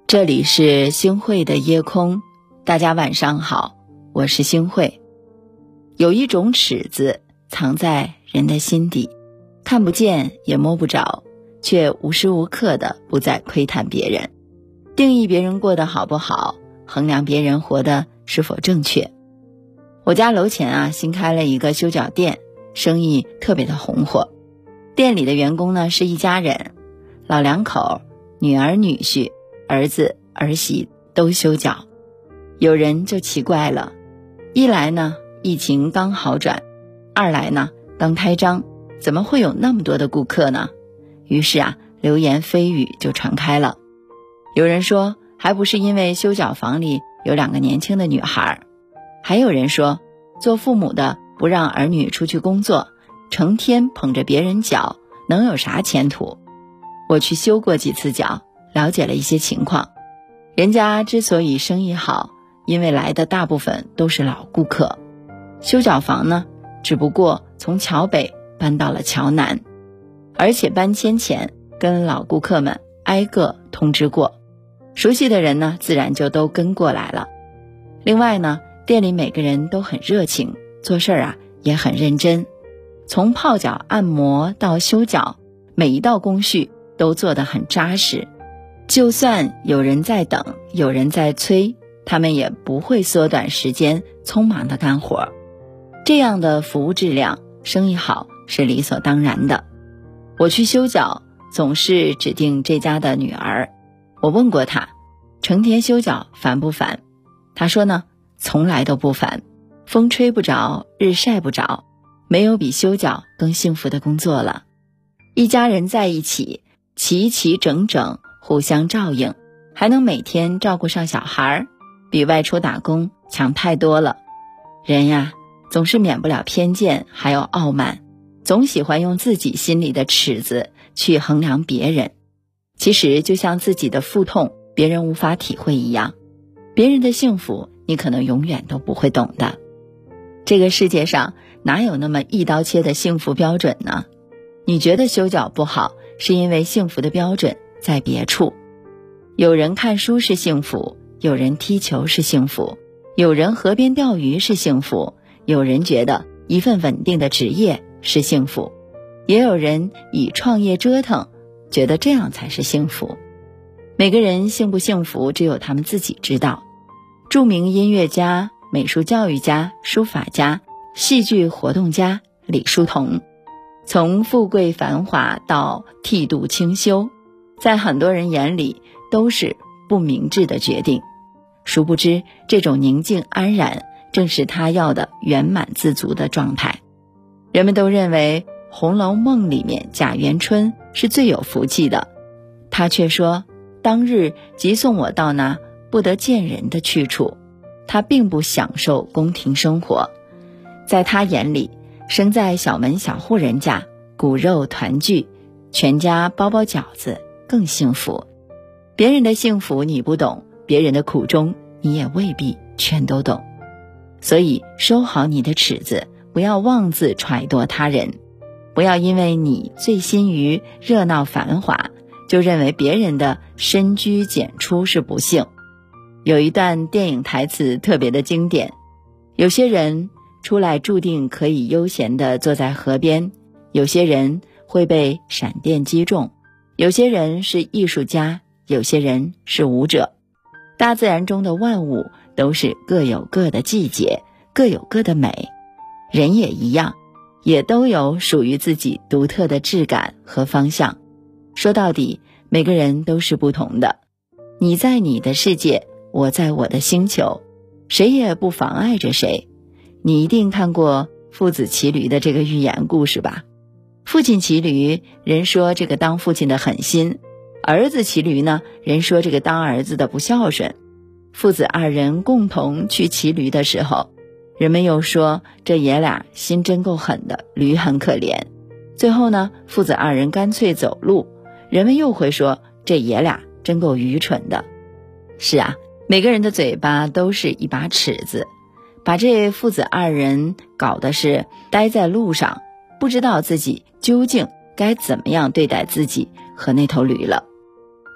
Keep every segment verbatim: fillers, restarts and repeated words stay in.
这里是星慧的夜空，大家晚上好，我是星慧。有一种尺子藏在人的心底，看不见也摸不着，却无时无刻的不再窥探别人，定义别人过得好不好，衡量别人活得是否正确。我家楼前啊新开了一个修脚店，生意特别的红火。店里的员工呢是一家人，老两口，女儿女婿，儿子儿媳都修脚。有人就奇怪了，一来呢疫情刚好转，二来呢刚开张，怎么会有那么多的顾客呢？于是啊流言蜚语就传开了。有人说还不是因为修脚房里有两个年轻的女孩，还有人说做父母的不让儿女出去工作，成天捧着别人脚，能有啥前途？我去修过几次脚，了解了一些情况。人家之所以生意好，因为来的大部分都是老顾客。修脚房呢，只不过从桥北搬到了桥南，而且搬迁前跟老顾客们挨个通知过，熟悉的人呢自然就都跟过来了。另外呢，店里每个人都很热情，做事啊也很认真，从泡脚按摩到修脚，每一道工序都做得很扎实。就算有人在等，有人在催，他们也不会缩短时间匆忙的干活。这样的服务质量，生意好是理所当然的。我去修脚总是指定这家的女儿，我问过她成天修脚烦不烦？她说呢，从来都不烦，风吹不着，日晒不着，没有比修脚更幸福的工作了。一家人在一起，齐齐整整，互相照应，还能每天照顾上小孩，比外出打工强太多了。人呀，总是免不了偏见，还有傲慢，总喜欢用自己心里的尺子去衡量别人。其实就像自己的腹痛，别人无法体会一样，别人的幸福，你可能永远都不会懂的。这个世界上哪有那么一刀切的幸福标准呢？你觉得修脚不好，是因为幸福的标准在别处。有人看书是幸福，有人踢球是幸福，有人河边钓鱼是幸福，有人觉得一份稳定的职业是幸福，也有人以创业折腾，觉得这样才是幸福。每个人幸不幸福，只有他们自己知道。著名音乐家、美术教育家、书法家、戏剧活动家李叔同，从富贵繁华到剃度清修，在很多人眼里都是不明智的决定。殊不知，这种宁静安然正是他要的圆满自足的状态。人们都认为《红楼梦》里面贾元春是最有福气的，他却说当日即送我到那不得见人的去处。他并不享受宫廷生活，在他眼里，生在小门小户人家，骨肉团聚，全家包包饺子更幸福。别人的幸福你不懂，别人的苦衷你也未必全都懂。所以收好你的尺子，不要妄自揣度他人，不要因为你醉心于热闹繁华，就认为别人的深居简出是不幸。有一段电影台词特别的经典，有些人出来注定可以悠闲地坐在河边，有些人会被闪电击中，有些人是艺术家，有些人是舞者。大自然中的万物都是各有各的季节，各有各的美。人也一样，也都有属于自己独特的质感和方向。说到底，每个人都是不同的。你在你的世界，我在我的星球，谁也不妨碍着谁。你一定看过父子骑驴的这个寓言故事吧？父亲骑驴，人说这个当父亲的狠心；儿子骑驴呢，人说这个当儿子的不孝顺。父子二人共同去骑驴的时候，人们又说这爷俩心真够狠的，驴很可怜。最后呢，父子二人干脆走路，人们又会说这爷俩真够愚蠢的。是啊，每个人的嘴巴都是一把尺子，把这父子二人搞的是呆在路上，不知道自己究竟该怎么样对待自己和那头驴了。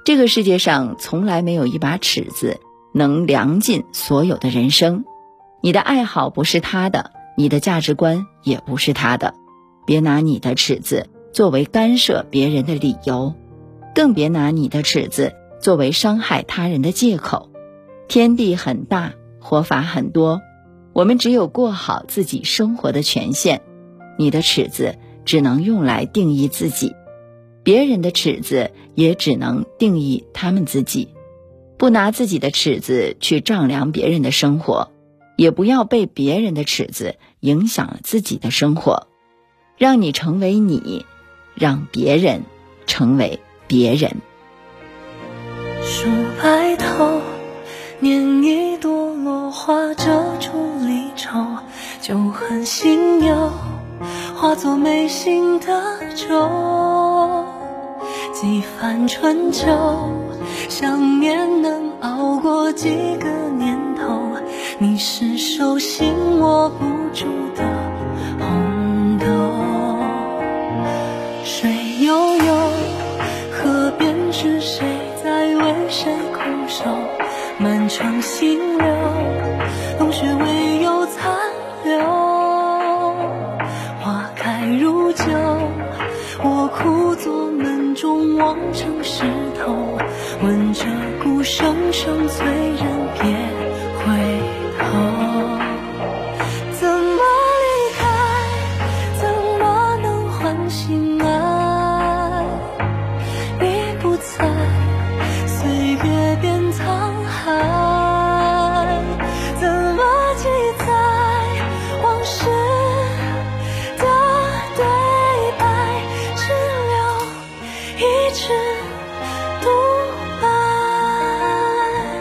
这个世界上从来没有一把尺子能量尽所有的人生。你的爱好不是他的，你的价值观也不是他的。别拿你的尺子作为干涉别人的理由，更别拿你的尺子作为伤害他人的借口。天地很大，活法很多，我们只有过好自己生活的权限。你的尺子只能用来定义自己，别人的尺子也只能定义他们自己。不拿自己的尺子去丈量别人的生活，也不要被别人的尺子影响了自己的生活。让你成为你，让别人成为别人。 树白头，念一朵落花遮住离愁，就恨心有化作眉心的皱。几番春秋，想念能熬过几个年头，你是手心握不住的红豆。水悠悠，河边是谁在为谁苦守？满城星流，冬雪唯有残留。花开如酒，我枯坐门中望成石头，闻着鼓声声催人别回头。怎么离开，怎么能唤醒爱？你不在，岁月变沧海，怎么记载往事的对白，只留一支独白。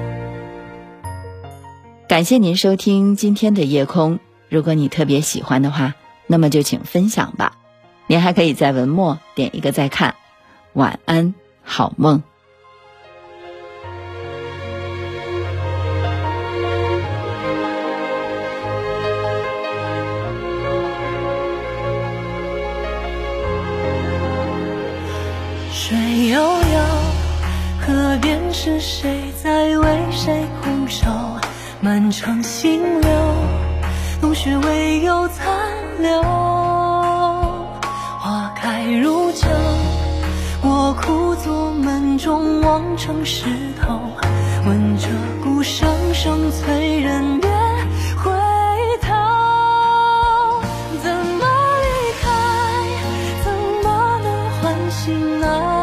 感谢您收听今天的夜空，如果你特别喜欢的话，那么就请分享吧。您还可以在文末点一个再看。晚安，好梦。 水悠悠，河边是谁在为谁苦守？满城星流，冬雪唯有残留。花开如酒，我枯坐门中望成石头，闻着鼓声声催人别回头。怎么离开，怎么能唤醒爱？